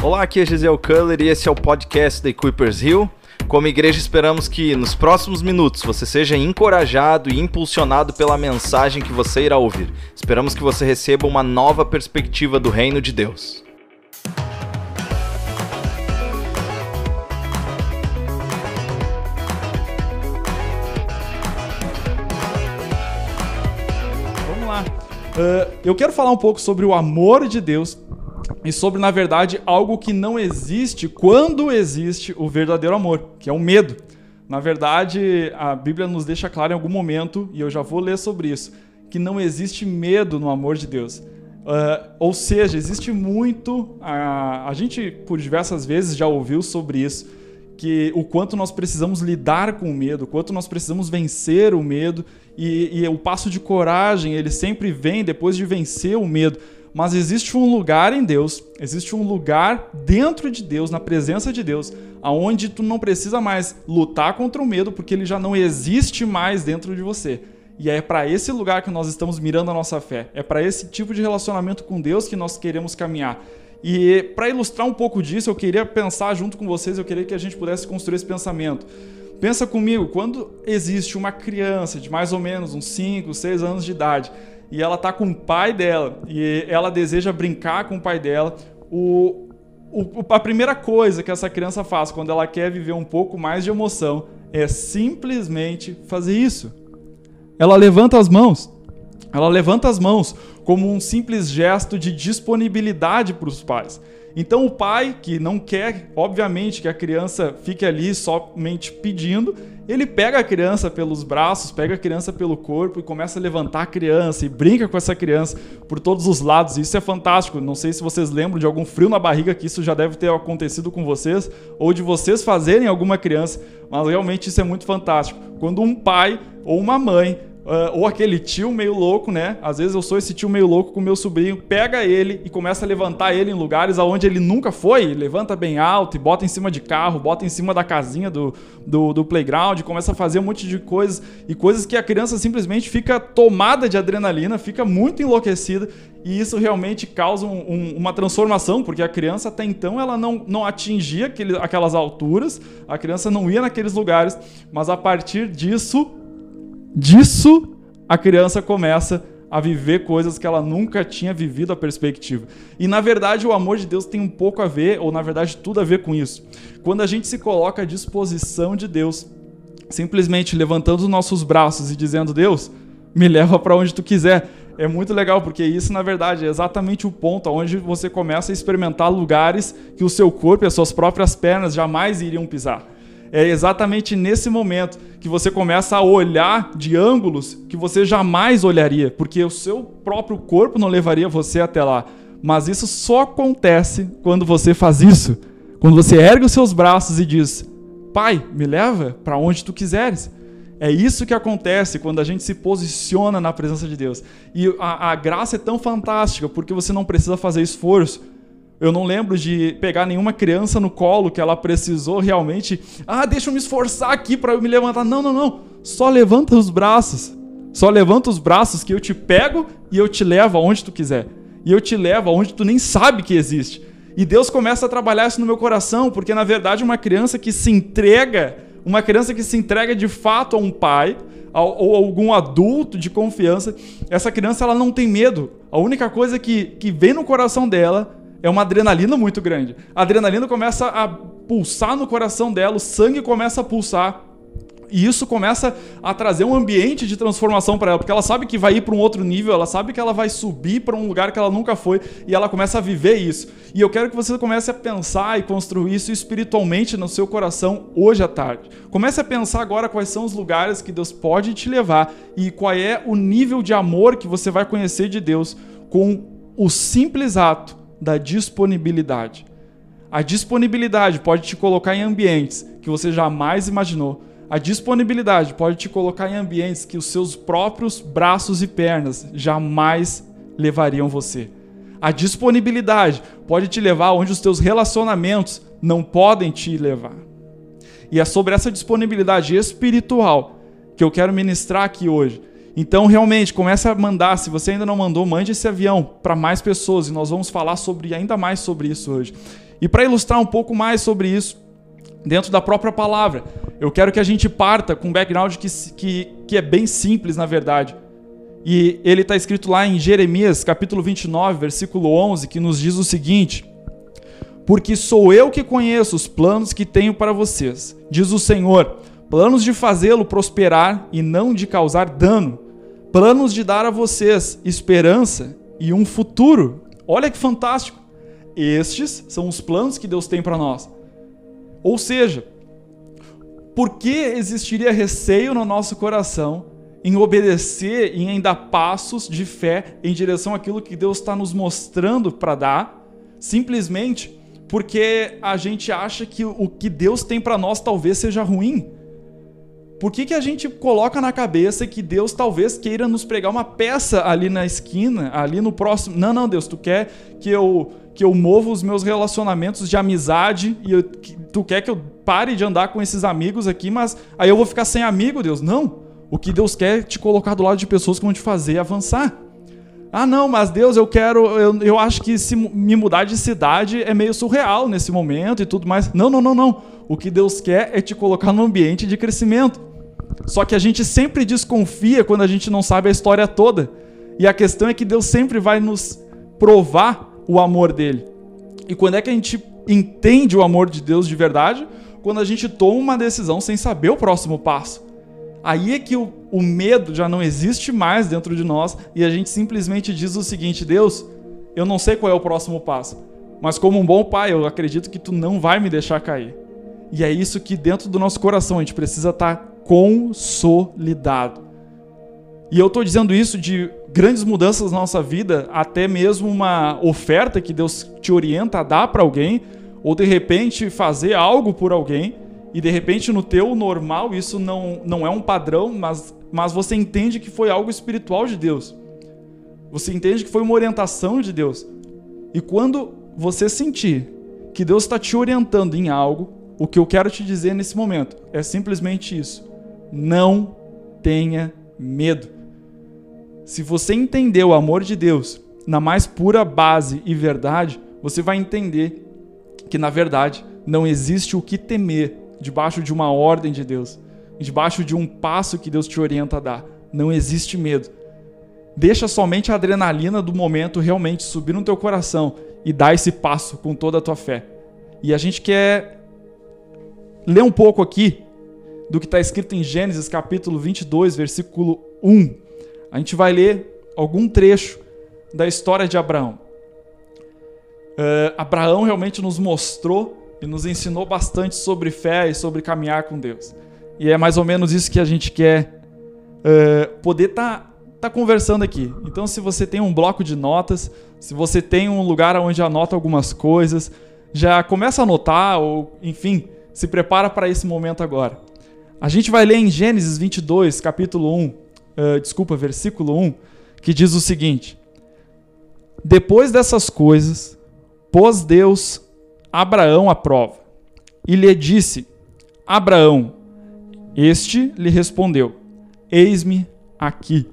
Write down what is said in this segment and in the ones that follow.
Olá, aqui é Gisele Culler e esse é o podcast da Equippers Hill. Como igreja, esperamos que nos próximos minutos você seja encorajado e impulsionado pela mensagem que você irá ouvir. Esperamos que você receba uma nova perspectiva do reino de Deus. Vamos lá. Eu quero falar um pouco sobre o amor de Deus e sobre, na verdade, algo que não existe quando existe o verdadeiro amor, que é o medo. Na verdade, a Bíblia nos deixa claro em algum momento, e eu já vou ler sobre isso, que não existe medo no amor de Deus. Ou seja, existe muito... A gente, por diversas vezes, já ouviu sobre isso, que o quanto nós precisamos lidar com o medo, o quanto nós precisamos vencer o medo, e o passo de coragem, ele sempre vem depois de vencer o medo. Mas existe um lugar em Deus, existe um lugar dentro de Deus, na presença de Deus, aonde tu não precisa mais lutar contra o medo, porque ele já não existe mais dentro de você. E é para esse lugar que nós estamos mirando a nossa fé. É para esse tipo de relacionamento com Deus que nós queremos caminhar. E para ilustrar um pouco disso, eu queria pensar junto com vocês, eu queria que a gente pudesse construir esse pensamento. Pensa comigo, quando existe uma criança de mais ou menos uns 5, 6 anos de idade, e ela está com o pai dela, e ela deseja brincar com o pai dela, a primeira coisa que essa criança faz quando ela quer viver um pouco mais de emoção é simplesmente fazer isso. Ela levanta as mãos. Ela levanta as mãos como um simples gesto de disponibilidade para os pais. Então o pai, que não quer, obviamente, que a criança fique ali somente pedindo, ele pega a criança pelos braços, pega a criança pelo corpo e começa a levantar a criança e brinca com essa criança por todos os lados. Isso é fantástico. Não sei se vocês lembram de algum frio na barriga, que isso já deve ter acontecido com vocês, ou de vocês fazerem alguma criança, mas realmente isso é muito fantástico. Quando um pai ou uma mãe, ou aquele tio meio louco, né? Às vezes eu sou esse tio meio louco com meu sobrinho, pega ele e começa a levantar ele em lugares aonde ele nunca foi, levanta bem alto e bota em cima de carro, bota em cima da casinha do playground, começa a fazer um monte de coisas, e coisas que a criança simplesmente fica tomada de adrenalina, fica muito enlouquecida, e isso realmente causa uma transformação, porque a criança até então ela não atingia aquelas alturas, a criança não ia naqueles lugares, mas a partir disso a criança começa a viver coisas que ela nunca tinha vivido a perspectiva. E na verdade o amor de Deus tem um pouco a ver, ou na verdade tudo a ver com isso. Quando a gente se coloca à disposição de Deus, simplesmente levantando os nossos braços e dizendo: Deus, me leva para onde tu quiser. É muito legal, porque isso na verdade é exatamente o ponto onde você começa a experimentar lugares que o seu corpo e as suas próprias pernas jamais iriam pisar. É exatamente nesse momento que você começa a olhar de ângulos que você jamais olharia, porque o seu próprio corpo não levaria você até lá. Mas isso só acontece quando você faz isso. Quando você ergue os seus braços e diz: Pai, me leva para onde tu quiseres. É isso que acontece quando a gente se posiciona na presença de Deus. E a graça é tão fantástica, porque você não precisa fazer esforço. Eu não lembro de pegar nenhuma criança no colo que ela precisou realmente... deixa eu me esforçar aqui para eu me levantar. Não. Só levanta os braços. Só levanta os braços que eu te pego e eu te levo aonde tu quiser. E eu te levo aonde tu nem sabe que existe. E Deus começa a trabalhar isso no meu coração, porque na verdade uma criança que se entrega de fato a um pai ou algum adulto de confiança, essa criança ela não tem medo. A única coisa que vem no coração dela é uma adrenalina muito grande. A adrenalina começa a pulsar no coração dela, o sangue começa a pulsar. E isso começa a trazer um ambiente de transformação para ela, porque ela sabe que vai ir para um outro nível, ela sabe que ela vai subir para um lugar que ela nunca foi, e ela começa a viver isso. E eu quero que você comece a pensar e construir isso espiritualmente no seu coração hoje à tarde. Comece a pensar agora quais são os lugares que Deus pode te levar e qual é o nível de amor que você vai conhecer de Deus com o simples ato da disponibilidade. A disponibilidade pode te colocar em ambientes que você jamais imaginou. A disponibilidade pode te colocar em ambientes que os seus próprios braços e pernas jamais levariam você. A disponibilidade pode te levar onde os teus relacionamentos não podem te levar. E é sobre essa disponibilidade espiritual que eu quero ministrar aqui hoje. Então, realmente, comece a mandar. Se você ainda não mandou, mande esse avião para mais pessoas. E nós vamos falar ainda mais sobre isso hoje. E para ilustrar um pouco mais sobre isso, dentro da própria palavra, eu quero que a gente parta com um background que é bem simples, na verdade. E ele está escrito lá em Jeremias, capítulo 29, versículo 11, que nos diz o seguinte: porque sou eu que conheço os planos que tenho para vocês, diz o Senhor, planos de fazê-lo prosperar e não de causar dano, planos de dar a vocês esperança e um futuro. Olha que fantástico! Estes são os planos que Deus tem para nós. Ou seja, por que existiria receio no nosso coração em obedecer e em dar passos de fé em direção àquilo que Deus está nos mostrando para dar, simplesmente porque a gente acha que o que Deus tem para nós talvez seja ruim? Por que a gente coloca na cabeça que Deus talvez queira nos pregar uma peça ali na esquina, ali no próximo... Não, Deus, tu quer que eu mova os meus relacionamentos de amizade e tu quer que eu pare de andar com esses amigos aqui, mas aí eu vou ficar sem amigo, Deus? Não. O que Deus quer é te colocar do lado de pessoas que vão te fazer avançar. Ah, não, mas Deus, eu acho que se me mudar de cidade é meio surreal nesse momento e tudo mais. Não. O que Deus quer é te colocar num ambiente de crescimento. Só que a gente sempre desconfia quando a gente não sabe a história toda. E a questão é que Deus sempre vai nos provar o amor dele. E quando é que a gente entende o amor de Deus de verdade? Quando a gente toma uma decisão sem saber o próximo passo. Aí é que o medo já não existe mais dentro de nós e a gente simplesmente diz o seguinte: Deus, eu não sei qual é o próximo passo, mas como um bom pai, eu acredito que tu não vai me deixar cair. E é isso que dentro do nosso coração a gente precisa estar consolidado. E eu estou dizendo isso de grandes mudanças na nossa vida, até mesmo uma oferta que Deus te orienta a dar para alguém, ou de repente fazer algo por alguém, e de repente no teu normal isso não é um padrão, mas você entende que foi algo espiritual de Deus. Você entende que foi uma orientação de Deus. E quando você sentir que Deus está te orientando em algo, o que eu quero te dizer nesse momento é simplesmente isso: não tenha medo. Se você entender o amor de Deus na mais pura base e verdade, você vai entender que na verdade não existe o que temer debaixo de uma ordem de Deus, debaixo de um passo que Deus te orienta a dar. Não existe medo. Deixa somente a adrenalina do momento realmente subir no teu coração e dar esse passo com toda a tua fé. E a gente quer ler um pouco aqui do que está escrito em Gênesis capítulo 22, versículo 1. A gente vai ler algum trecho da história de Abraão. Abraão realmente nos mostrou e nos ensinou bastante sobre fé e sobre caminhar com Deus. E é mais ou menos isso que a gente quer poder tá conversando aqui. Então, se você tem um bloco de notas, se você tem um lugar onde anota algumas coisas, já começa a anotar, ou enfim, se prepara para esse momento agora. A gente vai ler em Gênesis 22, versículo 1, que diz o seguinte: depois dessas coisas, pôs Deus Abraão à prova e lhe disse: Abraão. Este lhe respondeu: eis-me aqui.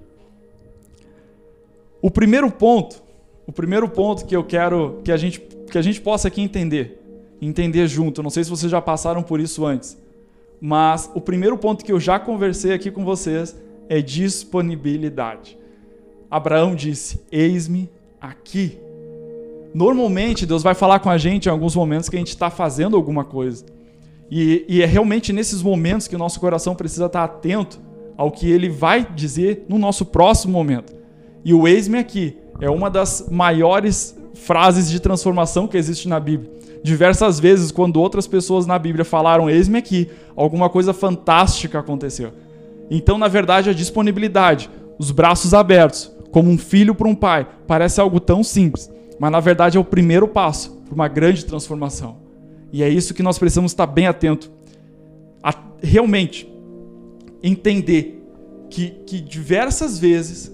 O primeiro ponto que eu quero que a gente possa aqui entender junto, não sei se vocês já passaram por isso antes, mas o primeiro ponto que eu já conversei aqui com vocês é disponibilidade. Abraão disse: eis-me aqui. Normalmente Deus vai falar com a gente em alguns momentos que a gente está fazendo alguma coisa. E é realmente nesses momentos que o nosso coração precisa estar atento ao que Ele vai dizer no nosso próximo momento. E o eis-me aqui é uma das maiores frases de transformação que existe na Bíblia. Diversas vezes, quando outras pessoas na Bíblia falaram eis-me aqui, alguma coisa fantástica aconteceu. Então, na verdade, a disponibilidade, os braços abertos, como um filho para um pai, parece algo tão simples, mas na verdade é o primeiro passo para uma grande transformação. E é isso que nós precisamos estar bem atento a realmente entender que diversas vezes,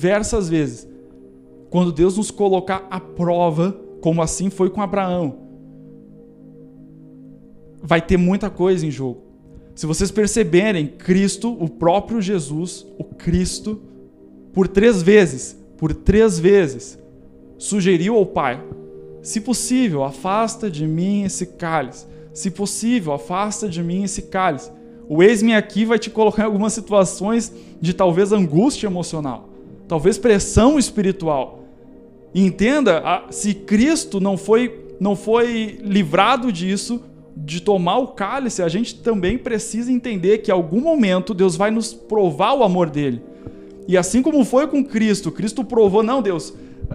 quando Deus nos colocar à prova, como assim foi com Abraão, vai ter muita coisa em jogo. Se vocês perceberem, Cristo, o próprio Jesus, o Cristo, por 3 vezes, sugeriu ao pai: se possível, afasta de mim esse cálice. Se possível, afasta de mim esse cálice. O eis-me aqui vai te colocar em algumas situações de talvez angústia emocional, talvez pressão espiritual. E entenda, se Cristo não foi livrado disso, de tomar o cálice, a gente também precisa entender que em algum momento Deus vai nos provar o amor dele. E assim como foi com Cristo, Cristo provou: não, Deus,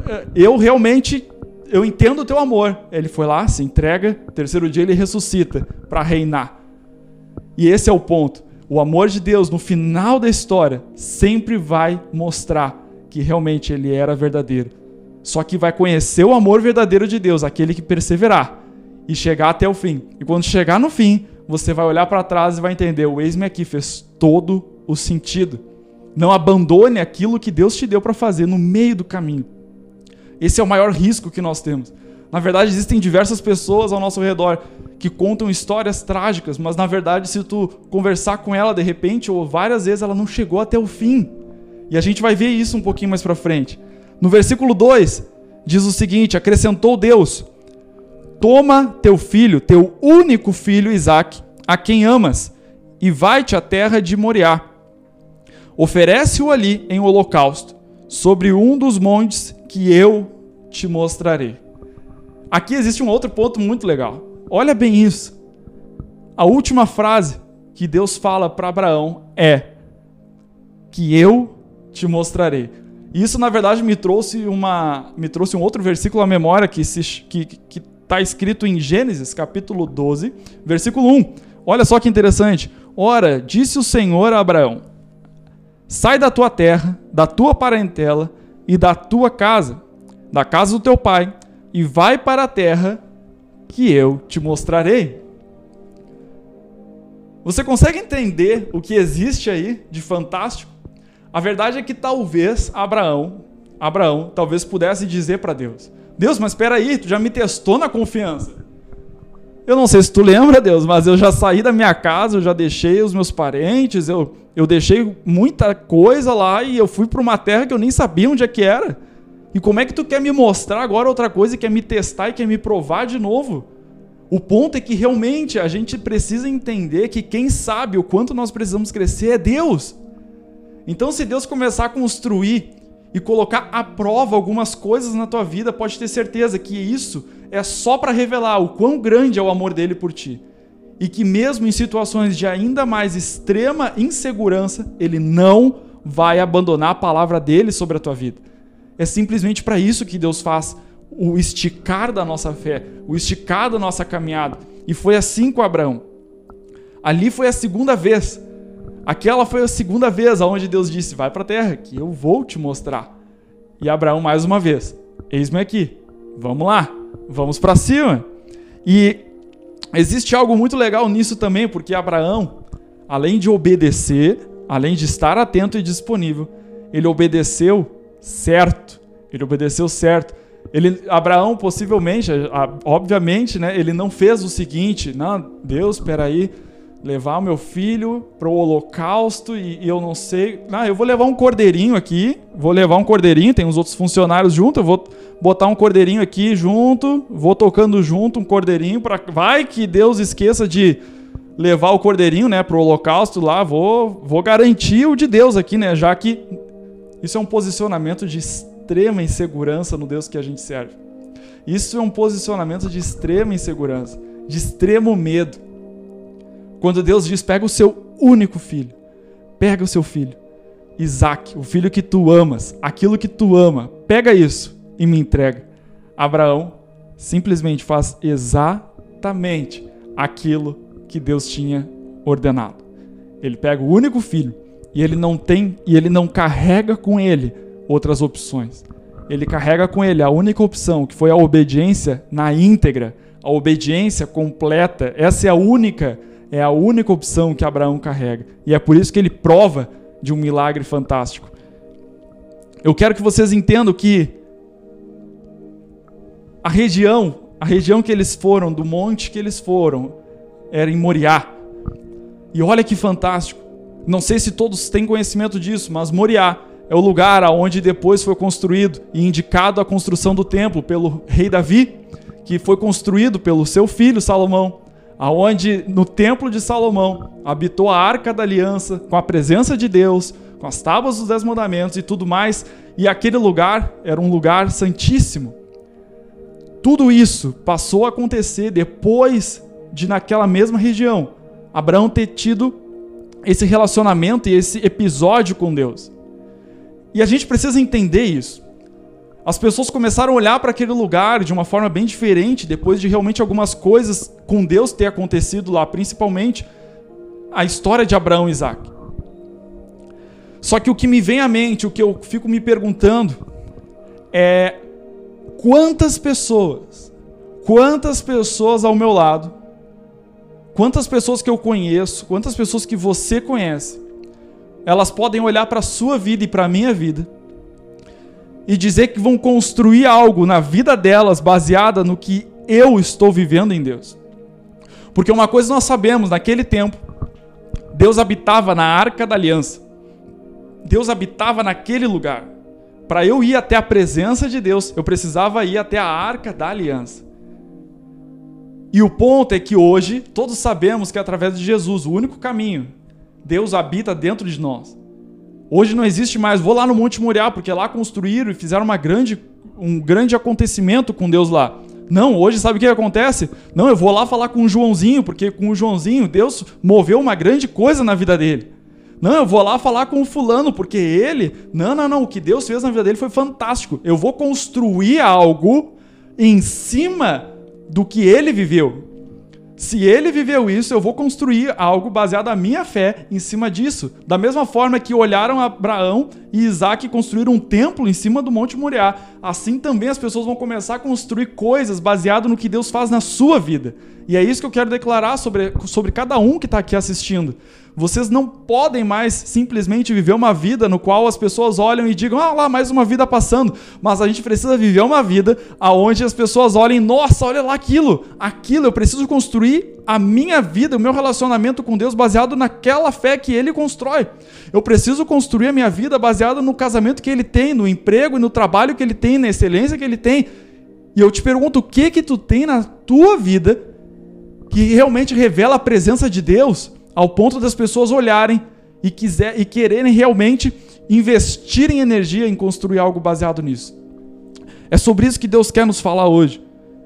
eu entendo o teu amor. Ele foi lá, se entrega, no 3º dia ele ressuscita para reinar. E esse é o ponto. O amor de Deus, no final da história, sempre vai mostrar que realmente ele era verdadeiro. Só que vai conhecer o amor verdadeiro de Deus, aquele que perseverar e chegar até o fim. E quando chegar no fim, você vai olhar para trás e vai entender: o eis-me aqui fez todo o sentido. Não abandone aquilo que Deus te deu para fazer no meio do caminho. Esse é o maior risco que nós temos. Na verdade, existem diversas pessoas ao nosso redor que contam histórias trágicas, mas na verdade, se tu conversar com ela de repente ou várias vezes, ela não chegou até o fim. E a gente vai ver isso um pouquinho mais para frente. No versículo 2, diz o seguinte: acrescentou Deus: toma teu filho, teu único filho Isaque, a quem amas, e vai-te à terra de Moriá. Oferece-o ali em holocausto, sobre um dos montes que eu te mostrarei. Aqui existe um outro ponto muito legal. Olha bem isso. A última frase que Deus fala para Abraão é: que eu te mostrarei. Isso, na verdade, me trouxe um outro versículo à memória que está escrito em Gênesis, capítulo 12, versículo 1. Olha só que interessante. Ora, disse o Senhor a Abraão: sai da tua terra, da tua parentela e da tua casa, da casa do teu pai, e vai para a terra que eu te mostrarei. Você consegue entender o que existe aí de fantástico? A verdade é que talvez Abraão talvez pudesse dizer para Deus: Deus, mas espera aí, tu já me testou na confiança. Eu não sei se tu lembra, Deus, mas eu já saí da minha casa, eu já deixei os meus parentes, eu deixei muita coisa lá e eu fui para uma terra que eu nem sabia onde é que era. E como é que tu quer me mostrar agora outra coisa e quer me testar e quer me provar de novo? O ponto é que realmente a gente precisa entender que quem sabe o quanto nós precisamos crescer é Deus. Então, se Deus começar a construir e colocar à prova algumas coisas na tua vida, pode ter certeza que isso é só para revelar o quão grande é o amor dele por ti. E que mesmo em situações de ainda mais extrema insegurança, ele não vai abandonar a palavra dele sobre a tua vida. É simplesmente para isso que Deus faz o esticar da nossa fé, o esticar da nossa caminhada. E foi assim com Abraão. Ali foi a segunda vez. Aquela foi a segunda vez onde Deus disse: vai para a terra, que eu vou te mostrar. E Abraão mais uma vez: eis-me aqui, vamos lá, vamos para cima. E existe algo muito legal nisso também, porque Abraão, além de obedecer, além de estar atento e disponível, ele obedeceu certo. Abraão possivelmente, obviamente, né, ele não fez o seguinte: não, Deus, espera aí, levar o meu filho para o holocausto e eu não sei. Eu vou levar um cordeirinho aqui, tem uns outros funcionários junto, eu vou botar um cordeirinho aqui junto, vou tocando junto um cordeirinho, vai que Deus esqueça de levar o cordeirinho, né, para o holocausto lá, vou garantir o de Deus aqui, né, já que isso é um posicionamento de extrema insegurança no Deus que a gente serve. Isso é um posicionamento de extrema insegurança, de extremo medo. Quando Deus diz: pega o seu único filho, pega o seu filho, Isaque, o filho que tu amas, aquilo que tu ama, pega isso e me entrega. Abraão simplesmente faz exatamente aquilo que Deus tinha ordenado. Ele pega o único filho e ele não carrega com ele outras opções. Ele carrega com ele a única opção, que foi a obediência na íntegra, a obediência completa. Essa é a única opção que Abraão carrega. E é por isso que ele prova de um milagre fantástico. Eu quero que vocês entendam que a região que eles foram, do monte que eles foram, era em Moriá. E olha que fantástico. Não sei se todos têm conhecimento disso, mas Moriá é o lugar onde depois foi construído e indicado a construção do templo pelo rei Davi, que foi construído pelo seu filho Salomão, aonde no templo de Salomão habitou a Arca da Aliança, com a presença de Deus, com as tábuas dos 10 mandamentos e tudo mais, e aquele lugar era um lugar santíssimo. Tudo isso passou a acontecer depois de, naquela mesma região, Abraão ter tido esse relacionamento e esse episódio com Deus. E a gente precisa entender isso. As pessoas começaram a olhar para aquele lugar de uma forma bem diferente depois de realmente algumas coisas com Deus ter acontecido lá, principalmente a história de Abraão e Isaac. Só que o que me vem à mente, o que eu fico me perguntando é quantas pessoas ao meu lado, quantas pessoas que eu conheço, quantas pessoas que você conhece, elas podem olhar para a sua vida e para a minha vida e dizer que vão construir algo na vida delas baseada no que eu estou vivendo em Deus. Porque uma coisa nós sabemos, naquele tempo, Deus habitava na Arca da Aliança. Deus habitava naquele lugar. Para eu ir até a presença de Deus, eu precisava ir até a Arca da Aliança. E o ponto é que hoje, todos sabemos que é através de Jesus, o único caminho, Deus habita dentro de nós. Hoje não existe mais, vou lá no Monte Moriá, porque lá construíram e fizeram um grande acontecimento com Deus lá. Não, hoje sabe o que acontece? Não, eu vou lá falar com o Joãozinho, porque com o Joãozinho Deus moveu uma grande coisa na vida dele. Não, eu vou lá falar com o fulano, porque ele... Não, o que Deus fez na vida dele foi fantástico. Eu vou construir algo em cima do que ele viveu. Se ele viveu isso, eu vou construir algo baseado na minha fé em cima disso. Da mesma forma que olharam Abraão e Isaac e construíram um templo em cima do Monte Moriá, assim também as pessoas vão começar a construir coisas baseado no que Deus faz na sua vida. E é isso que eu quero declarar sobre cada um que está aqui assistindo. Vocês não podem mais simplesmente viver uma vida no qual as pessoas olham e digam, lá, mais uma vida passando. Mas a gente precisa viver uma vida onde as pessoas olhem, nossa, olha lá aquilo, eu preciso construir a minha vida, o meu relacionamento com Deus baseado naquela fé que Ele constrói. Eu preciso construir a minha vida baseada no casamento que Ele tem, no emprego e no trabalho que Ele tem, na excelência que Ele tem. E eu te pergunto, o que tu tem na tua vida que realmente revela a presença de Deus ao ponto das pessoas olharem e quererem realmente investirem energia em construir algo baseado nisso? É sobre isso que Deus quer nos falar hoje.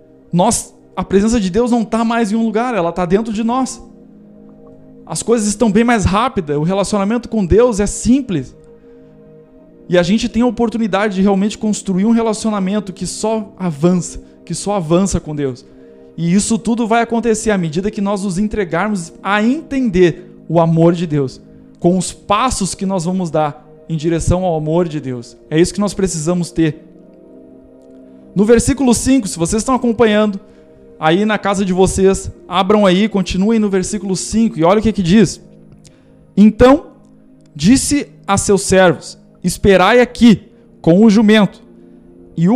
A presença de Deus não está mais em um lugar, ela está dentro de nós. As coisas estão bem mais rápidas, o relacionamento com Deus é simples. E a gente tem a oportunidade de realmente construir um relacionamento que só avança com Deus. E isso tudo vai acontecer à medida que nós nos entregarmos a entender o amor de Deus, com os passos que nós vamos dar em direção ao amor de Deus. É isso que nós precisamos ter. No versículo 5, se vocês estão acompanhando, aí na casa de vocês, abram aí, continuem no versículo 5, e olha o que diz. Então, disse a seus servos, esperai aqui com o jumento, e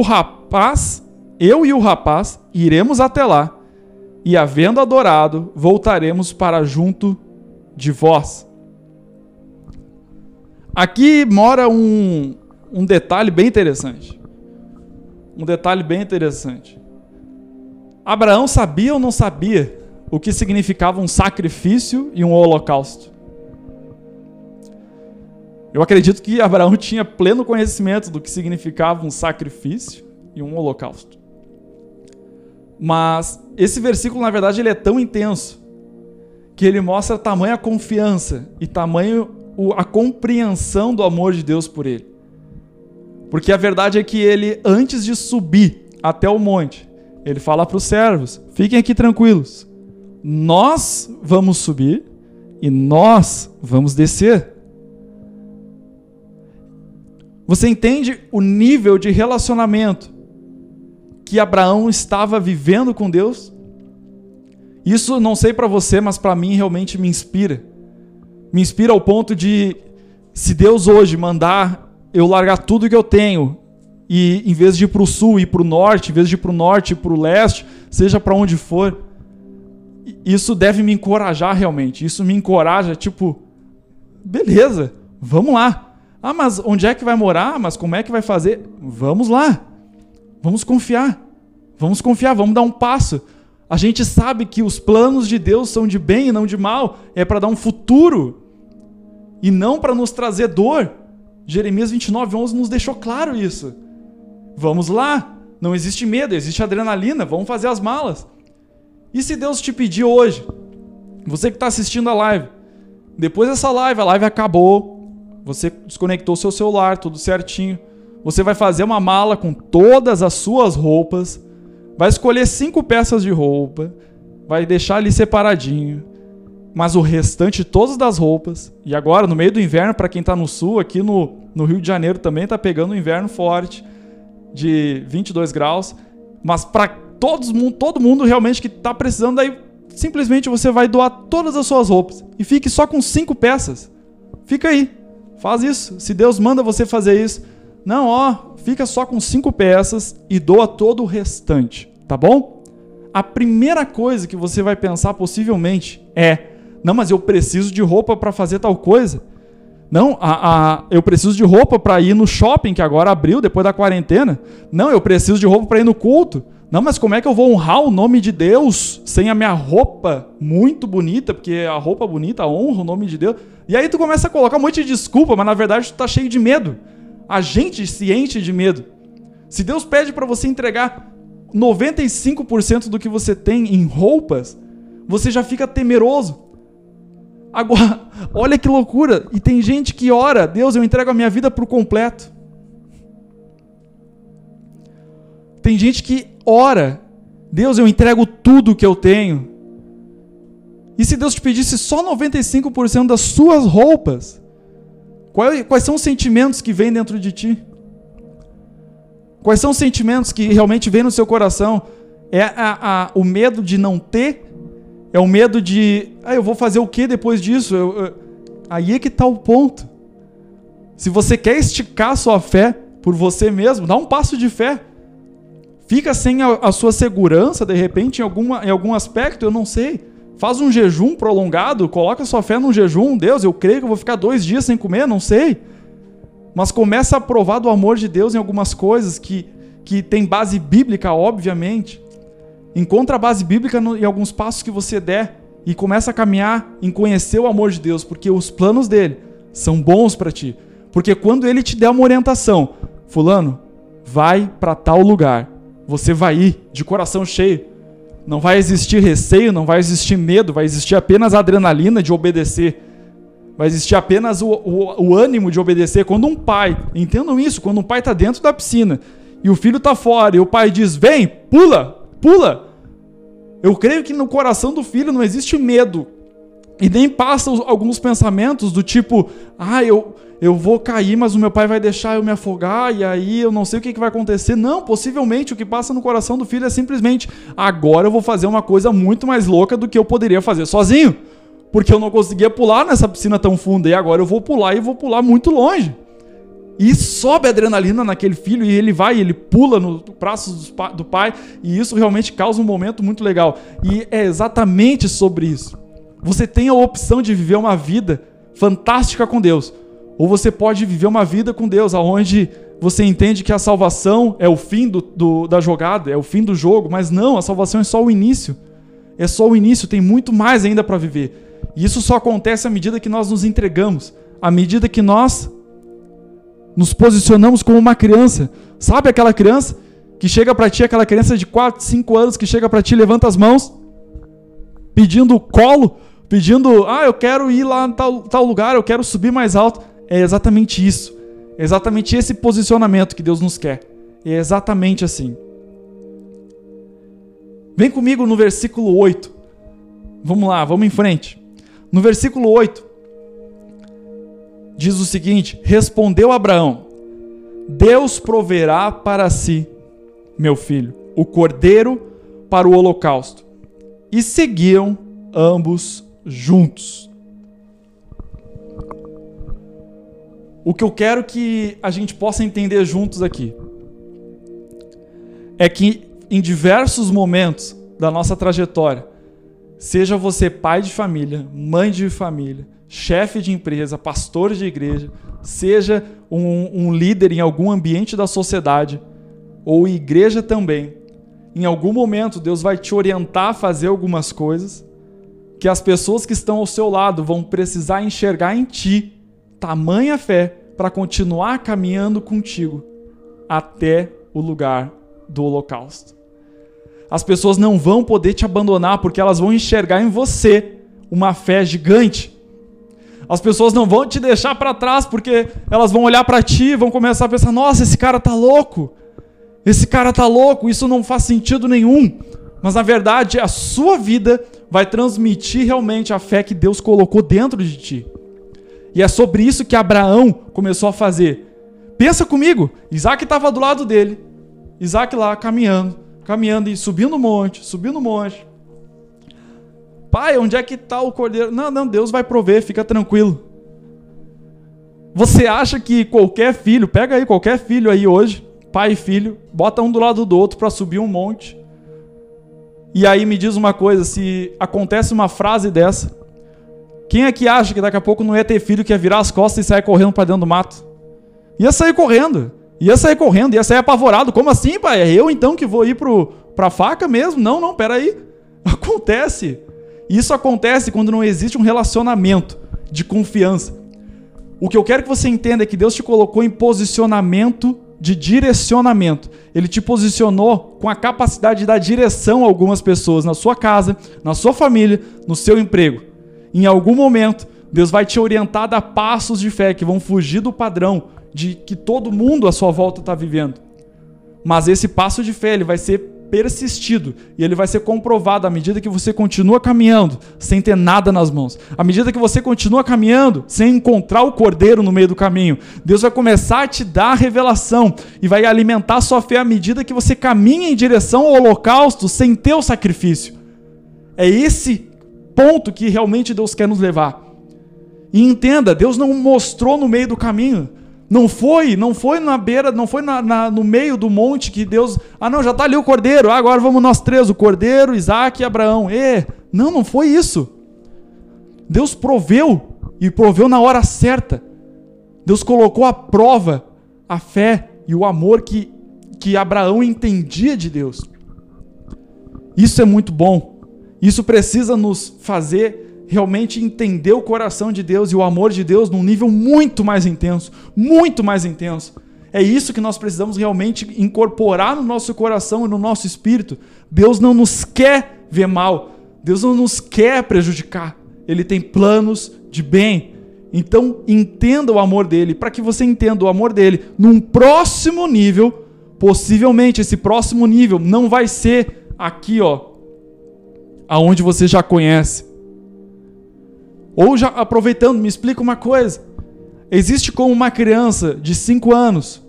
eu e o rapaz iremos até lá, e havendo adorado, voltaremos para junto de vós. Aqui mora um detalhe bem interessante. Abraão sabia ou não sabia o que significava um sacrifício e um holocausto? Eu acredito que Abraão tinha pleno conhecimento do que significava um sacrifício e um holocausto. Mas esse versículo, na verdade, ele é tão intenso que ele mostra tamanha confiança e a compreensão do amor de Deus por ele. Porque a verdade é que ele, antes de subir até o monte, ele fala para os servos, fiquem aqui tranquilos, nós vamos subir e nós vamos descer. Você entende o nível de relacionamento que Abraão estava vivendo com Deus? Isso não sei para você, mas para mim realmente me inspira. Me inspira ao ponto de, se Deus hoje mandar eu largar tudo que eu tenho e em vez de ir para o sul, ir para o norte, em vez de ir para o norte, ir para o leste, seja para onde for, isso deve me encorajar realmente. Isso me encoraja, beleza, vamos lá. Ah, mas onde é que vai morar? Mas como é que vai fazer? Vamos lá. Vamos confiar. Vamos confiar, vamos dar um passo. A gente sabe que os planos de Deus são de bem e não de mal. É para dar um futuro e não para nos trazer dor. Jeremias 29:11 nos deixou claro isso. Vamos lá. Não existe medo, existe adrenalina. Vamos fazer as malas. E se Deus te pedir hoje, você que está assistindo a live, depois dessa live, a live acabou, você desconectou seu celular, tudo certinho, você vai fazer uma mala com todas as suas roupas, vai escolher 5 peças de roupa, vai deixar ali separadinho, mas o restante todas das roupas, e agora no meio do inverno, para quem está no sul, aqui no Rio de Janeiro também está pegando um inverno forte, de 22 graus, mas para todo mundo realmente que está precisando, aí simplesmente você vai doar todas as suas roupas e fique só com 5 peças. Fica aí, faz isso. Se Deus manda você fazer isso, não, fica só com 5 peças e doa todo o restante, tá bom? A primeira coisa que você vai pensar possivelmente não, mas eu preciso de roupa para fazer tal coisa. Não, eu preciso de roupa para ir no shopping, que agora abriu depois da quarentena. Não, eu preciso de roupa para ir no culto. Não, mas como é que eu vou honrar o nome de Deus sem a minha roupa muito bonita? Porque a roupa bonita honra o nome de Deus. E aí tu começa a colocar um monte de desculpa, mas na verdade tu tá cheio de medo. A gente se enche de medo. Se Deus pede para você entregar 95% do que você tem em roupas, você já fica temeroso. Agora, olha que loucura. E tem gente que ora, Deus, eu entrego a minha vida por completo. Tem gente que ora, Deus, eu entrego tudo que eu tenho. E se Deus te pedisse só 95% das suas roupas, quais são os sentimentos que vêm dentro de ti? Quais são os sentimentos que realmente vêm no seu coração? É o medo de não ter? É o medo de, eu vou fazer o que depois disso? Aí é que está o ponto. Se você quer esticar sua fé por você mesmo, dá um passo de fé. Fica sem a sua segurança, de repente, em algum aspecto, eu não sei. Faz um jejum prolongado, coloca sua fé num jejum. Deus, eu creio que eu vou ficar 2 dias sem comer, não sei. Mas começa a provar do amor de Deus em algumas coisas que tem base bíblica, obviamente. Encontra a base bíblica em alguns passos que você der e começa a caminhar em conhecer o amor de Deus, porque os planos dele são bons para ti. Porque quando ele te der uma orientação, fulano, vai para tal lugar, você vai ir de coração cheio. Não vai existir receio, não vai existir medo, vai existir apenas a adrenalina de obedecer. Vai existir apenas o ânimo de obedecer. Quando um pai, entendam isso, quando um pai está dentro da piscina e o filho está fora e o pai diz, vem, pula. Eu creio que no coração do filho não existe medo. E nem passa alguns pensamentos do tipo, eu vou cair, mas o meu pai vai deixar eu me afogar, e aí eu não sei o que vai acontecer. Não, possivelmente o que passa no coração do filho é simplesmente, agora eu vou fazer uma coisa muito mais louca do que eu poderia fazer sozinho. Porque eu não conseguia pular nessa piscina tão funda, e agora eu vou pular, e vou pular muito longe. E sobe a adrenalina naquele filho, e ele pula nos braços do pai, e isso realmente causa um momento muito legal. E é exatamente sobre isso. Você tem a opção de viver uma vida fantástica com Deus, ou você pode viver uma vida com Deus, onde você entende que a salvação é o fim da jogada, é o fim do jogo, mas não, a salvação é só o início. É só o início, tem muito mais ainda para viver. E isso só acontece à medida que nós nos entregamos, à medida que nós nos posicionamos como uma criança. Sabe aquela criança que chega para ti, aquela criança de 4, 5 anos que chega para ti, levanta as mãos, pedindo colo, pedindo, eu quero ir lá em tal lugar, eu quero subir mais alto. É exatamente isso. É exatamente esse posicionamento que Deus nos quer. É exatamente assim. Vem comigo no versículo 8. Vamos lá, vamos em frente. No versículo 8, diz o seguinte: respondeu Abraão, Deus proverá para si, meu filho, o cordeiro para o holocausto. E seguiam ambos juntos. O que eu quero que a gente possa entender juntos aqui é que em diversos momentos da nossa trajetória, seja você pai de família, mãe de família, chefe de empresa, pastor de igreja, seja um líder em algum ambiente da sociedade, ou igreja também, em algum momento Deus vai te orientar a fazer algumas coisas que as pessoas que estão ao seu lado vão precisar enxergar em ti tamanha fé para continuar caminhando contigo até o lugar do holocausto. As pessoas não vão poder te abandonar porque elas vão enxergar em você uma fé gigante. As pessoas não vão te deixar para trás porque elas vão olhar para ti e vão começar a pensar: nossa, esse cara tá louco. Esse cara tá louco, isso não faz sentido nenhum. Mas na verdade a sua vida vai transmitir realmente a fé que Deus colocou dentro de ti. E é sobre isso que Abraão começou a fazer. Pensa comigo, Isaac estava do lado dele. Isaac lá caminhando e subindo o monte. Pai, onde é que está o cordeiro? Não, Deus vai prover, fica tranquilo. Você acha que qualquer filho, pega aí qualquer filho aí hoje, pai e filho, bota um do lado do outro para subir um monte. E aí me diz uma coisa, se acontece uma frase dessa, quem é que acha que daqui a pouco não ia ter filho que ia virar as costas e sair correndo para dentro do mato? Ia sair correndo, ia sair apavorado. Como assim, pai? É eu então que vou ir para a faca mesmo? Não, peraí. Acontece. Isso acontece quando não existe um relacionamento de confiança. O que eu quero que você entenda é que Deus te colocou em posicionamento de direcionamento. Ele te posicionou com a capacidade de dar direção a algumas pessoas na sua casa, na sua família, no seu emprego. Em algum momento, Deus vai te orientar a dar passos de fé que vão fugir do padrão de que todo mundo à sua volta está vivendo. Mas esse passo de fé ele vai ser persistido e ele vai ser comprovado à medida que você continua caminhando sem ter nada nas mãos. À medida que você continua caminhando sem encontrar o cordeiro no meio do caminho, Deus vai começar a te dar a revelação e vai alimentar a sua fé à medida que você caminha em direção ao holocausto sem ter o sacrifício. É esse ponto que realmente Deus quer nos levar. E entenda, Deus não mostrou no meio do caminho. Não foi na beira, não foi no meio do monte que Deus... já está ali o cordeiro, agora vamos nós três, o cordeiro, Isaac e Abraão. Não foi isso. Deus proveu, e proveu na hora certa. Deus colocou à prova a fé e o amor que Abraão entendia de Deus. Isso é muito bom. Isso precisa nos fazer realmente entender o coração de Deus e o amor de Deus num nível muito mais intenso. Muito mais intenso. É isso que nós precisamos realmente incorporar no nosso coração e no nosso espírito. Deus não nos quer ver mal. Deus não nos quer prejudicar. Ele tem planos de bem. Então, entenda o amor dele. Para que você entenda o amor dele num próximo nível, possivelmente esse próximo nível não vai ser aqui, aonde você já conhece. Ou já aproveitando, me explica uma coisa. Existe como uma criança de 5 anos,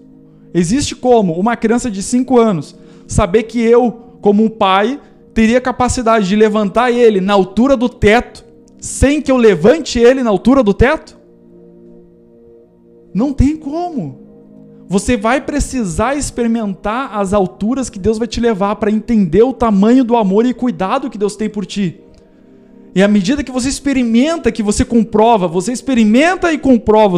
saber que eu, como um pai, teria capacidade de levantar ele na altura do teto, sem que eu levante ele na altura do teto? Não tem como. Você vai precisar experimentar as alturas que Deus vai te levar para entender o tamanho do amor e cuidado que Deus tem por ti. E à medida que você experimenta, que você comprova, você experimenta e comprova.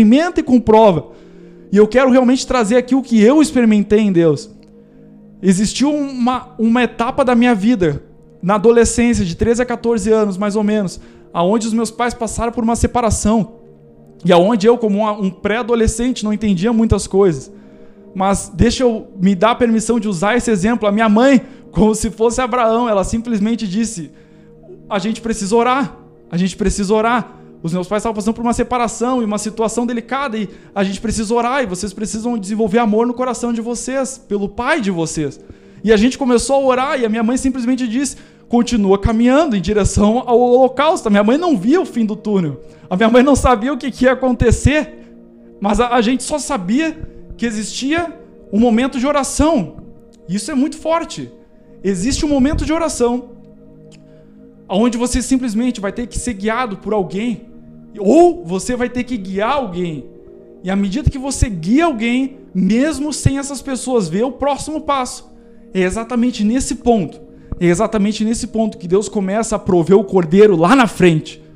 E eu quero realmente trazer aqui o que eu experimentei em Deus. Existiu uma etapa da minha vida, na adolescência, de 13 a 14 anos, mais ou menos, onde os meus pais passaram por uma separação. E onde eu, como um pré-adolescente, não entendia muitas coisas. Mas deixa eu me dar a permissão de usar esse exemplo. A minha mãe, como se fosse Abraão, ela simplesmente disse... A gente precisa orar. Os meus pais estavam passando por uma separação e uma situação delicada e a gente precisa orar e vocês precisam desenvolver amor no coração de vocês, pelo pai de vocês. E a gente começou a orar e a minha mãe simplesmente disse, continua caminhando em direção ao holocausto. A minha mãe não via o fim do túnel. A minha mãe não sabia o que ia acontecer, mas a gente só sabia que existia um momento de oração. Isso é muito forte. Existe um momento de oração onde você simplesmente vai ter que ser guiado por alguém, ou você vai ter que guiar alguém. E à medida que você guia alguém, mesmo sem essas pessoas ver o próximo passo, é exatamente nesse ponto que Deus começa a prover o cordeiro lá na frente.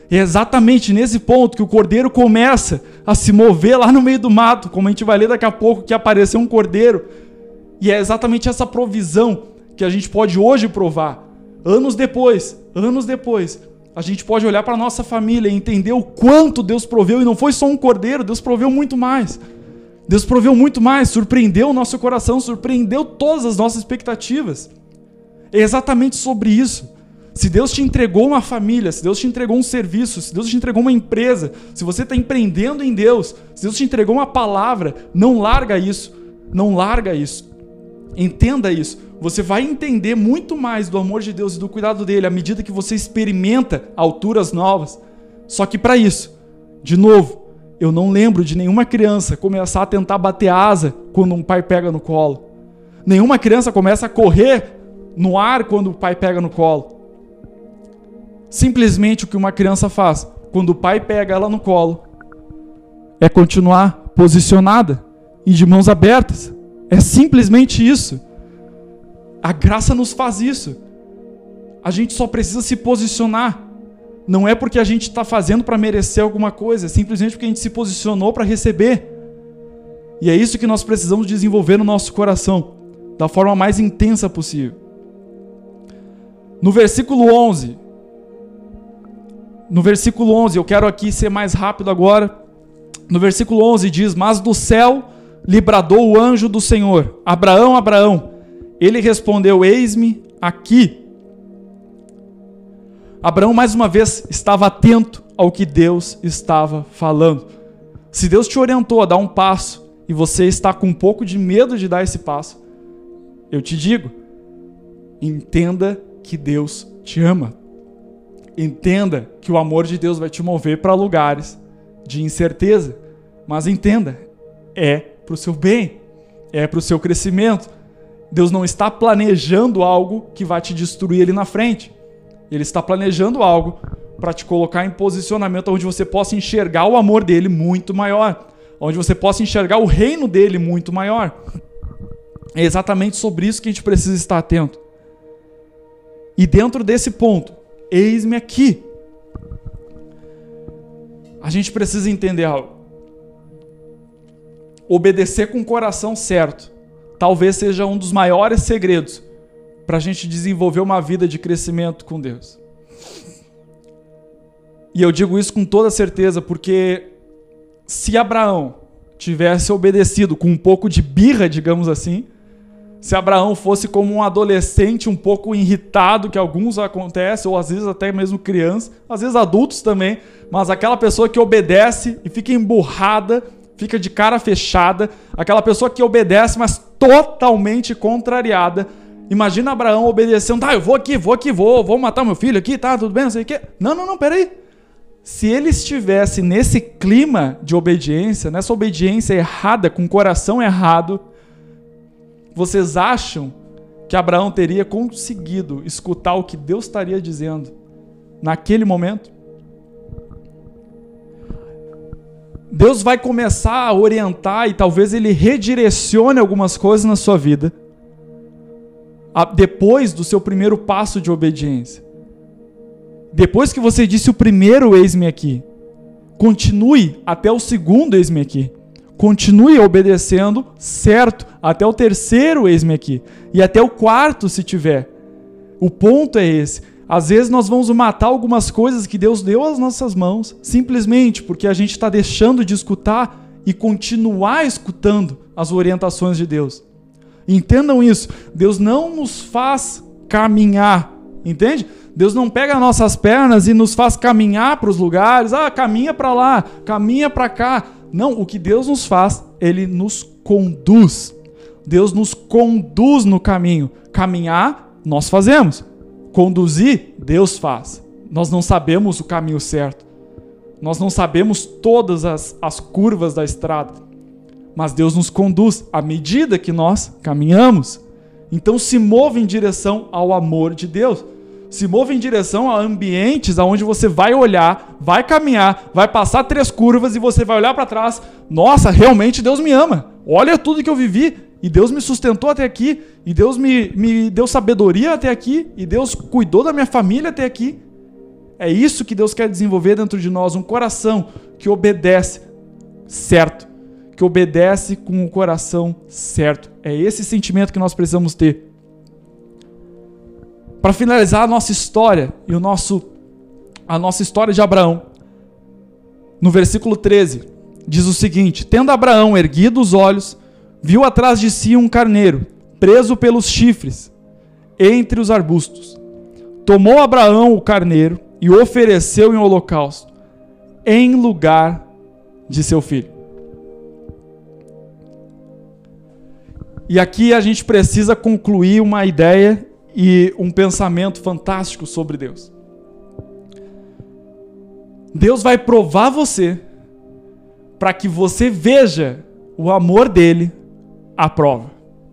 É exatamente nesse ponto que o cordeiro começa a se mover lá no meio do mato, como a gente vai ler daqui a pouco, que apareceu um cordeiro. E é exatamente essa provisão que a gente pode hoje provar. Anos depois, a gente pode olhar para a nossa família e entender o quanto Deus proveu. E não foi só um cordeiro, Deus proveu muito mais. Deus proveu muito mais, surpreendeu o nosso coração, surpreendeu todas as nossas expectativas. É exatamente sobre isso. Se Deus te entregou uma família, se Deus te entregou um serviço, se Deus te entregou uma empresa, se você está empreendendo em Deus, se Deus te entregou uma palavra, não larga isso. Não larga isso. Entenda isso. Você vai entender muito mais do amor de Deus e do cuidado dele à medida que você experimenta alturas novas. Só que para isso, de novo, eu não lembro de nenhuma criança começar a tentar bater asa quando um pai pega no colo. Nenhuma criança começa a correr no ar quando o pai pega no colo. Simplesmente o que uma criança faz quando o pai pega ela no colo é continuar posicionada e de mãos abertas. É simplesmente isso. A graça nos faz isso. A gente só precisa se posicionar. Não é porque a gente está fazendo para merecer alguma coisa, é simplesmente porque a gente se posicionou para receber. E é isso que nós precisamos desenvolver no nosso coração, da forma mais intensa possível. No versículo 11, eu quero aqui ser mais rápido agora. No versículo 11 diz: mas do céu lhe bradou o anjo do Senhor: Abraão, Abraão. Ele respondeu: eis-me aqui. Abraão mais uma vez estava atento ao que Deus estava falando. Se Deus te orientou a dar um passo e você está com um pouco de medo de dar esse passo, eu te digo, entenda que Deus te ama. Entenda que o amor de Deus vai te mover para lugares de incerteza. Mas entenda, é para o seu bem, é para o seu crescimento. Deus não está planejando algo que vai te destruir ali na frente. Ele está planejando algo para te colocar em posicionamento onde você possa enxergar o amor dele muito maior, onde você possa enxergar o reino dele muito maior. É exatamente sobre isso que a gente precisa estar atento. E dentro desse ponto, eis-me aqui, a gente precisa entender algo. Obedecer com o coração certo talvez seja um dos maiores segredos para a gente desenvolver uma vida de crescimento com Deus. E eu digo isso com toda certeza, porque se Abraão tivesse obedecido com um pouco de birra, digamos assim, se Abraão fosse como um adolescente um pouco irritado, que alguns acontecem, ou às vezes até mesmo crianças, às vezes adultos também, mas aquela pessoa que obedece e fica emburrada, fica de cara fechada, aquela pessoa que obedece, mas totalmente contrariada. Imagina Abraão obedecendo: eu vou matar meu filho aqui, tá, tudo bem, não sei o quê. Não, peraí. Se ele estivesse nesse clima de obediência, nessa obediência errada, com o coração errado, vocês acham que Abraão teria conseguido escutar o que Deus estaria dizendo naquele momento? Deus vai começar a orientar e talvez ele redirecione algumas coisas na sua vida depois do seu primeiro passo de obediência. Depois que você disse o primeiro eis-me aqui, continue até o segundo eis-me aqui. Continue obedecendo certo até o terceiro eis-me aqui. E até o quarto se tiver. O ponto é esse. Às vezes nós vamos matar algumas coisas que Deus deu às nossas mãos, simplesmente porque a gente está deixando de escutar e continuar escutando as orientações de Deus. Entendam isso. Deus não nos faz caminhar, entende? Deus não pega as nossas pernas e nos faz caminhar para os lugares. Caminha para lá, caminha para cá. Não, o que Deus nos faz, Ele nos conduz. Deus nos conduz no caminho. Caminhar, nós fazemos. Conduzir, Deus faz. Nós não sabemos o caminho certo. Nós não sabemos todas as curvas da estrada. Mas Deus nos conduz à medida que nós caminhamos. Então se mova em direção ao amor de Deus. Se mova em direção a ambientes onde você vai olhar, vai caminhar, vai passar 3 curvas e você vai olhar para trás. Nossa, realmente Deus me ama. Olha tudo que eu vivi. E Deus me sustentou até aqui. E Deus me deu sabedoria até aqui. E Deus cuidou da minha família até aqui. É isso que Deus quer desenvolver dentro de nós, um coração que obedece certo, que obedece com o coração certo. É esse sentimento que nós precisamos ter. Para finalizar a nossa história e a nossa história de Abraão, no versículo 13, diz o seguinte: tendo Abraão erguido os olhos, viu atrás de si um carneiro, preso pelos chifres, entre os arbustos. Tomou Abraão o carneiro e o ofereceu em holocausto, em lugar de seu filho. E aqui a gente precisa concluir uma ideia e um pensamento fantástico sobre Deus. Deus vai provar você para que você veja o amor dele à prova.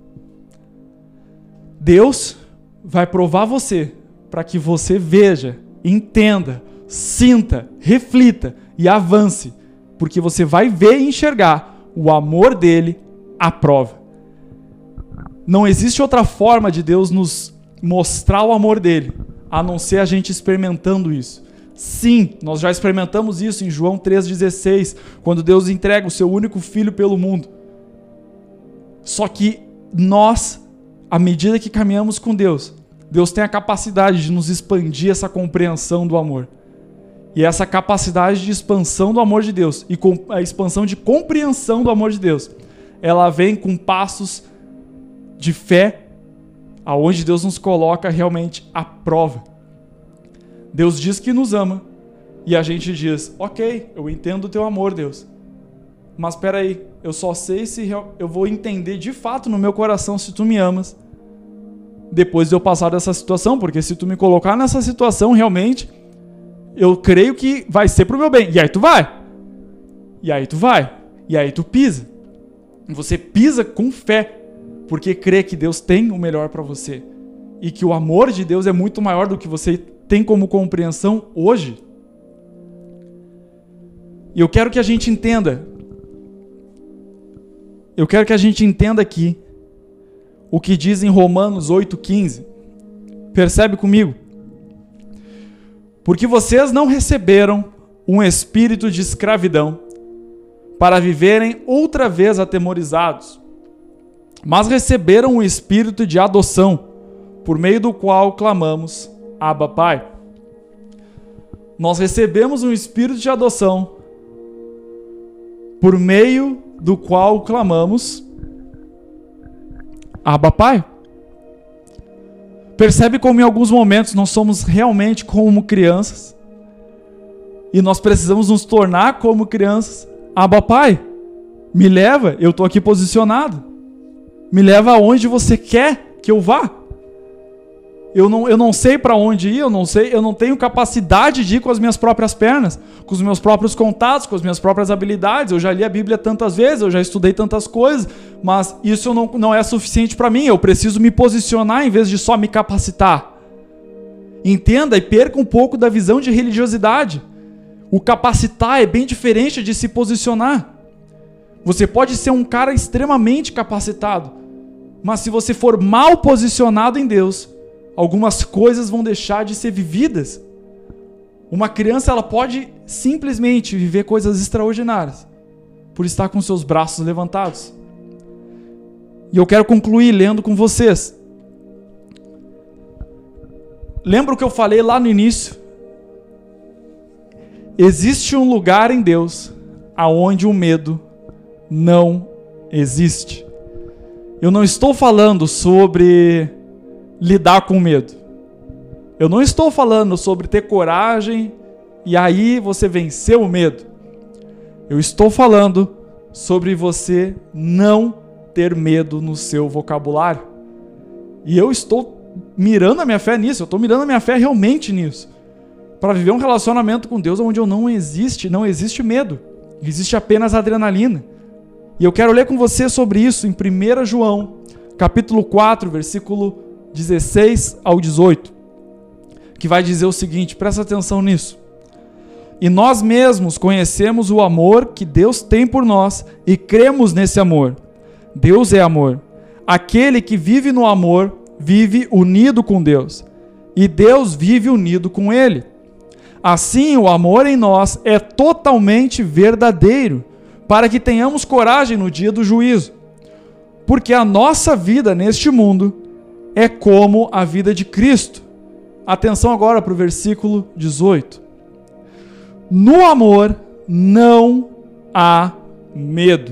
Deus vai provar você para que você veja, entenda, sinta, reflita e avance, porque você vai ver e enxergar o amor dele à prova. Não existe outra forma de Deus nos mostrar o amor dele, a não ser a gente experimentando isso. Sim, nós já experimentamos isso em João 3,16, quando Deus entrega o seu único filho pelo mundo. Só que nós, à medida que caminhamos com Deus, Deus tem a capacidade de nos expandir essa compreensão do amor. E essa capacidade de expansão do amor de Deus e com a expansão de compreensão do amor de Deus, ela vem com passos de fé, aonde Deus nos coloca realmente à prova. Deus diz que nos ama e a gente diz: ok, eu entendo o teu amor, Deus, mas espera aí, eu só sei se eu vou entender de fato no meu coração se tu me amas depois de eu passar dessa situação, porque se tu me colocar nessa situação, realmente eu creio que vai ser pro meu bem. E aí tu vai, e aí tu vai, e aí tu pisa. Você pisa com fé, porque crê que Deus tem o melhor para você e que o amor de Deus é muito maior do que você tem como compreensão hoje. E eu quero que a gente entenda. Eu quero que a gente entenda aqui o que diz em Romanos 8,15. Percebe comigo? Porque vocês não receberam um espírito de escravidão para viverem outra vez atemorizados, mas receberam um espírito de adoção, por meio do qual clamamos: Abba, Pai. Nós recebemos um espírito de adoção, por meio do qual clamamos: Abba, Pai. Percebe como em alguns momentos nós somos realmente como crianças e nós precisamos nos tornar como crianças. Abba, Pai, me leva, eu estou aqui posicionado. Me leva aonde você quer que eu vá. Eu não sei para onde ir, eu não tenho capacidade de ir com as minhas próprias pernas, com os meus próprios contatos, com as minhas próprias habilidades. Eu já li a Bíblia tantas vezes, eu já estudei tantas coisas, mas isso não é suficiente para mim. Eu preciso me posicionar em vez de só me capacitar. Entenda e perca um pouco da visão de religiosidade. O capacitar é bem diferente de se posicionar. Você pode ser um cara extremamente capacitado, mas se você for mal posicionado em Deus, algumas coisas vão deixar de ser vividas. Uma criança, ela pode simplesmente viver coisas extraordinárias por estar com seus braços levantados. E eu quero concluir lendo com vocês. Lembra o que eu falei lá no início? Existe um lugar em Deus aonde o medo não existe. Eu não estou falando sobre lidar com medo. Eu não estou falando sobre ter coragem e aí você vencer o medo. Eu estou falando sobre você não ter medo no seu vocabulário. E eu estou mirando a minha fé nisso, eu estou mirando a minha fé realmente nisso. Para viver um relacionamento com Deus onde não existe medo. Existe apenas adrenalina. E eu quero ler com você sobre isso em 1 João, capítulo 4, versículo 16 ao 18, que vai dizer o seguinte, presta atenção nisso. E nós mesmos conhecemos o amor que Deus tem por nós e cremos nesse amor. Deus é amor. Aquele que vive no amor, vive unido com Deus. E Deus vive unido com ele. Assim, o amor em nós é totalmente verdadeiro, para que tenhamos coragem no dia do juízo. Porque a nossa vida neste mundo é como a vida de Cristo. Atenção agora para o versículo 18. No amor não há medo.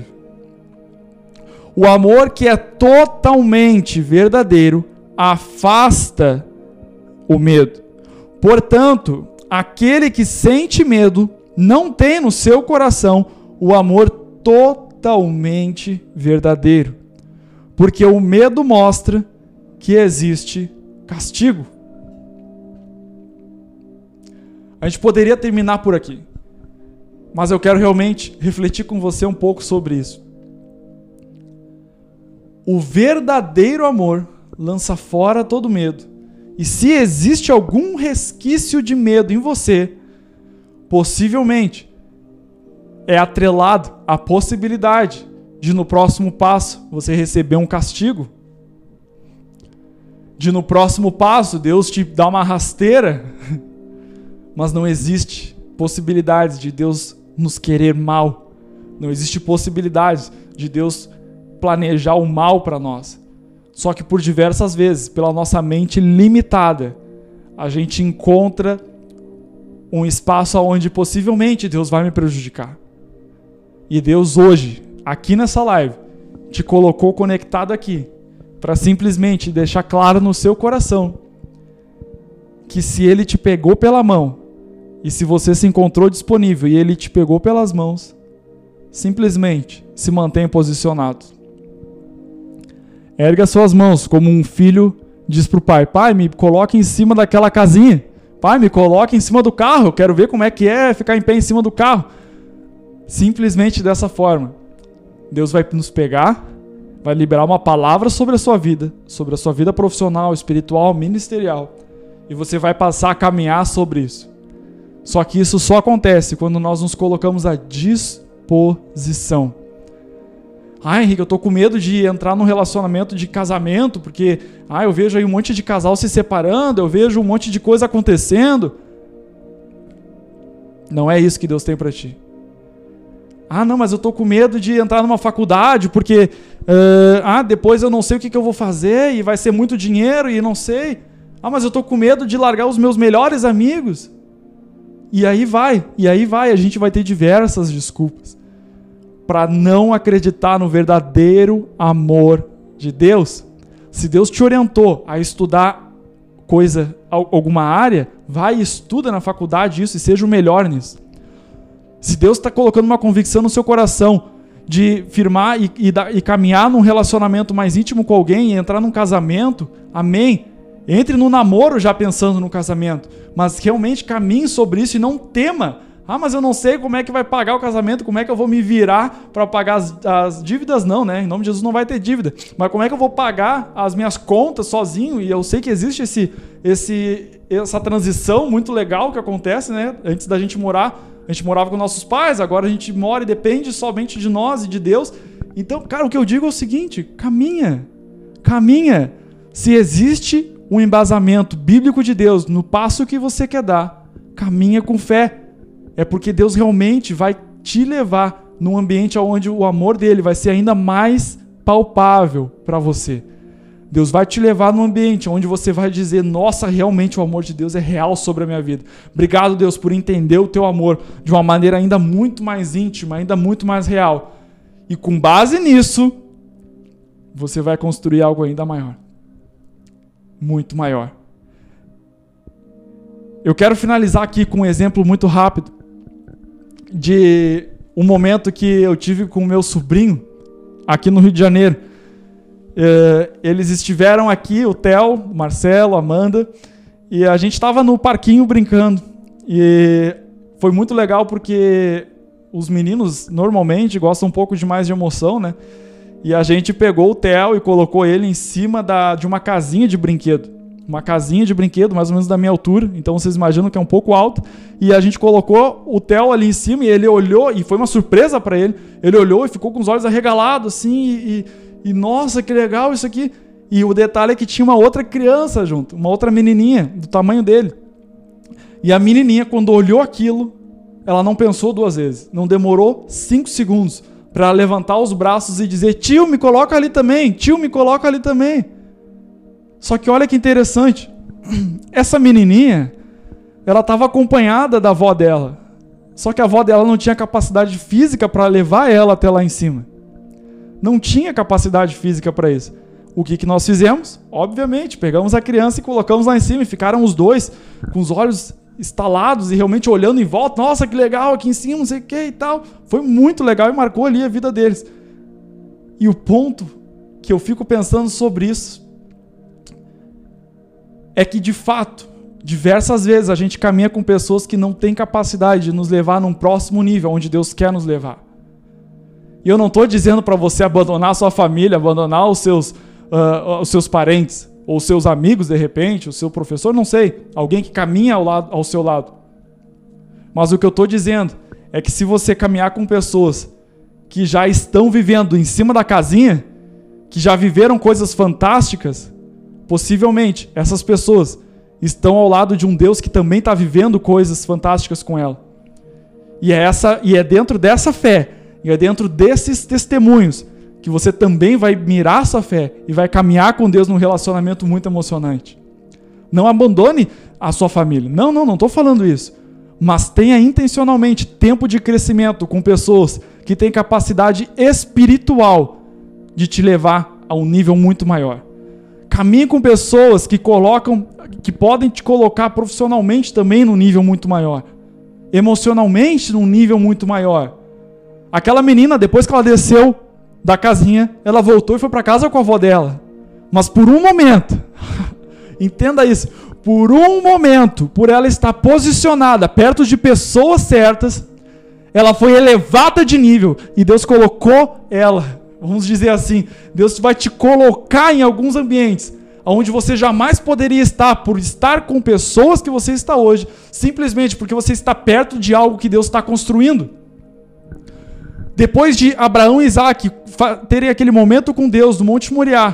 O amor que é totalmente verdadeiro afasta o medo. Portanto, aquele que sente medo não tem no seu coração o amor totalmente verdadeiro. Porque o medo mostra que existe castigo. A gente poderia terminar por aqui, mas eu quero realmente refletir com você um pouco sobre isso. O verdadeiro amor lança fora todo medo. E se existe algum resquício de medo em você, possivelmente é atrelado à possibilidade de no próximo passo você receber um castigo. De no próximo passo Deus te dar uma rasteira. Mas não existe possibilidade de Deus nos querer mal. Não existe possibilidade de Deus planejar o mal para nós. Só que por diversas vezes, pela nossa mente limitada, a gente encontra um espaço onde possivelmente Deus vai me prejudicar. E Deus hoje, aqui nessa live, te colocou conectado aqui, para simplesmente deixar claro no seu coração que se Ele te pegou pela mão, e se você se encontrou disponível e Ele te pegou pelas mãos, simplesmente se mantenha posicionado. Erga suas mãos como um filho diz para o pai: pai, me coloque em cima daquela casinha. Pai, me coloque em cima do carro. Eu quero ver como é que é ficar em pé em cima do carro. Simplesmente dessa forma, Deus vai nos pegar, vai liberar uma palavra sobre a sua vida profissional, espiritual, ministerial. E você vai passar a caminhar sobre isso. Só que isso só acontece quando nós nos colocamos à disposição. Ah, Henrique, eu tô com medo de entrar num relacionamento de casamento, porque eu vejo aí um monte de casal se separando, eu vejo um monte de coisa acontecendo. Não é isso que Deus tem para ti. Ah, não, mas eu tô com medo de entrar numa faculdade, porque depois eu não sei o que eu vou fazer e vai ser muito dinheiro e não sei. Ah, mas eu tô com medo de largar os meus melhores amigos. E aí vai, a gente vai ter diversas desculpas para não acreditar no verdadeiro amor de Deus. Se Deus te orientou a estudar alguma área, vai e estuda na faculdade isso e seja o melhor nisso. Se Deus está colocando uma convicção no seu coração de firmar e caminhar num relacionamento mais íntimo com alguém e entrar num casamento, amém. Entre no namoro já pensando no casamento, mas realmente caminhe sobre isso e não tema. Ah, mas eu não sei como é que vai pagar o casamento, como é que eu vou me virar para pagar as dívidas? Não, né? Em nome de Jesus não vai ter dívida. Mas como é que eu vou pagar as minhas contas sozinho? E eu sei que existe essa transição muito legal que acontece, né? Antes da gente morar, a gente morava com nossos pais, agora a gente mora e depende somente de nós e de Deus. Então, cara, o que eu digo é o seguinte: caminha. Se existe um embasamento bíblico de Deus no passo que você quer dar, caminha com fé. É porque Deus realmente vai te levar num ambiente onde o amor dele vai ser ainda mais palpável para você. Deus vai te levar num ambiente onde você vai dizer: nossa, realmente o amor de Deus é real sobre a minha vida. Obrigado, Deus, por entender o teu amor de uma maneira ainda muito mais íntima, ainda muito mais real. E com base nisso, você vai construir algo ainda maior. Muito maior. Eu quero finalizar aqui com um exemplo muito rápido de um momento que eu tive com o meu sobrinho aqui no Rio de Janeiro. Eles estiveram aqui, o Theo, o Marcelo, a Amanda, e a gente estava no parquinho brincando. E foi muito legal porque os meninos normalmente gostam um pouco de mais de emoção, né? E a gente pegou o Theo e colocou ele em cima de uma casinha de brinquedo. Uma casinha de brinquedo, mais ou menos da minha altura. Então vocês imaginam que é um pouco alto. E a gente colocou o Theo ali em cima e ele olhou, e foi uma surpresa para ele. Ele olhou e ficou com os olhos arregalados assim, e nossa, que legal isso aqui. E o detalhe é que tinha uma outra criança junto, uma outra menininha do tamanho dele. E a menininha, quando olhou aquilo, ela não pensou 2 vezes. Não demorou 5 segundos para levantar os braços e dizer: tio, me coloca ali também, tio, me coloca ali também. Só que olha que interessante, essa menininha, ela estava acompanhada da avó dela, só que a avó dela não tinha capacidade física para levar ela até lá em cima. Não tinha capacidade física para isso. O que nós fizemos? Obviamente, pegamos a criança e colocamos lá em cima, e ficaram os dois com os olhos estalados e realmente olhando em volta. Nossa, que legal, aqui em cima, não sei o que e tal. Foi muito legal e marcou ali a vida deles. E o ponto que eu fico pensando sobre isso é que, de fato, diversas vezes a gente caminha com pessoas que não têm capacidade de nos levar num próximo nível, onde Deus quer nos levar. E eu não estou dizendo para você abandonar a sua família, abandonar os seus parentes, ou os seus amigos, de repente, o seu professor, não sei, alguém que caminha ao seu lado. Mas o que eu estou dizendo é que se você caminhar com pessoas que já estão vivendo em cima da casinha, que já viveram coisas fantásticas, possivelmente essas pessoas estão ao lado de um Deus que também está vivendo coisas fantásticas com ela. E é dentro dessa fé, e é dentro desses testemunhos que você também vai mirar sua fé e vai caminhar com Deus num relacionamento muito emocionante. Não abandone a sua família. Não estou falando isso. Mas tenha intencionalmente tempo de crescimento com pessoas que têm capacidade espiritual de te levar a um nível muito maior. Caminhe com pessoas que podem te colocar profissionalmente também num nível muito maior. Emocionalmente num nível muito maior. Aquela menina, depois que ela desceu da casinha, ela voltou e foi para casa com a avó dela. Mas por um momento, entenda isso, por um momento, por ela estar posicionada perto de pessoas certas, ela foi elevada de nível e Deus colocou ela, vamos dizer assim, Deus vai te colocar em alguns ambientes onde você jamais poderia estar, por estar com pessoas que você está hoje, simplesmente porque você está perto de algo que Deus está construindo. Depois de Abraão e Isaac terem aquele momento com Deus no Monte Moriá,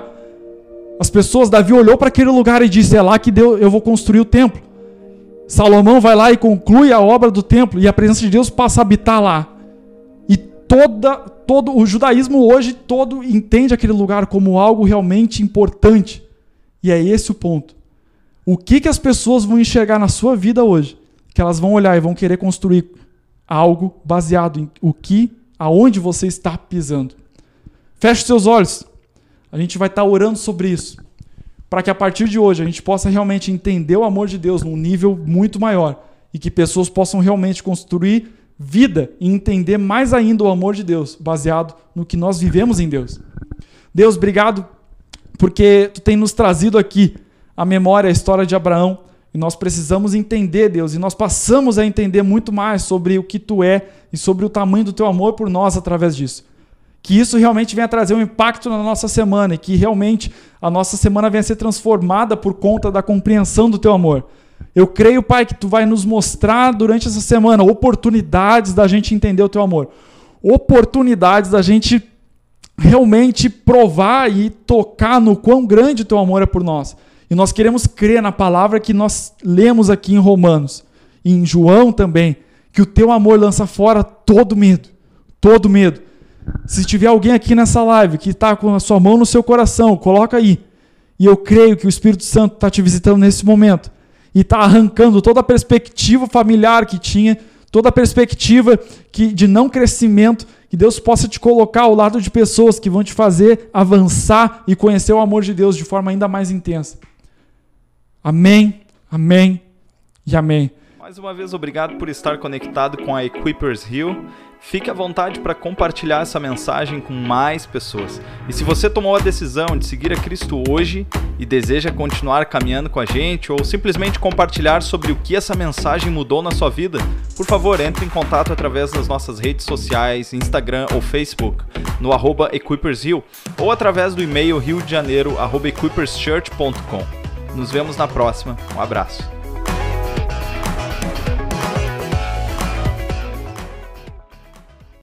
Davi olhou para aquele lugar e disse: é lá que eu vou construir o templo. Salomão vai lá e conclui a obra do templo, e a presença de Deus passa a habitar lá. E todo o judaísmo hoje todo entende aquele lugar como algo realmente importante. E é esse o ponto. O que as pessoas vão enxergar na sua vida hoje? Que elas vão olhar e vão querer construir algo baseado em aonde você está pisando. Feche seus olhos. A gente vai estar orando sobre isso, para que a partir de hoje a gente possa realmente entender o amor de Deus num nível muito maior e que pessoas possam realmente construir vida e entender mais ainda o amor de Deus, baseado no que nós vivemos em Deus. Deus, obrigado porque Tu tem nos trazido aqui a memória, a história de Abraão, e nós precisamos entender, Deus, e nós passamos a entender muito mais sobre o que Tu é e sobre o tamanho do Teu amor por nós através disso. Que isso realmente venha trazer um impacto na nossa semana e que realmente a nossa semana venha ser transformada por conta da compreensão do Teu amor. Eu creio, Pai, que Tu vai nos mostrar durante essa semana oportunidades da gente entender o Teu amor. Oportunidades da gente realmente provar e tocar no quão grande o Teu amor é por nós. E nós queremos crer na palavra que nós lemos aqui em Romanos e em João também, que o Teu amor lança fora todo medo. Todo medo. Se tiver alguém aqui nessa live que está com a sua mão no seu coração, coloca aí. E eu creio que o Espírito Santo está te visitando nesse momento e está arrancando toda a perspectiva familiar que tinha, toda a perspectiva de não crescimento, que Deus possa te colocar ao lado de pessoas que vão te fazer avançar e conhecer o amor de Deus de forma ainda mais intensa. Amém, amém e amém. Mais uma vez, obrigado por estar conectado com a Equippers Hill. Fique à vontade para compartilhar essa mensagem com mais pessoas. E se você tomou a decisão de seguir a Cristo hoje e deseja continuar caminhando com a gente ou simplesmente compartilhar sobre o que essa mensagem mudou na sua vida, por favor, entre em contato através das nossas redes sociais, Instagram ou Facebook, no @EquippersHill ou através do e-mail riodejaneiro@equipperschurch.com. Nos vemos na próxima. Um abraço.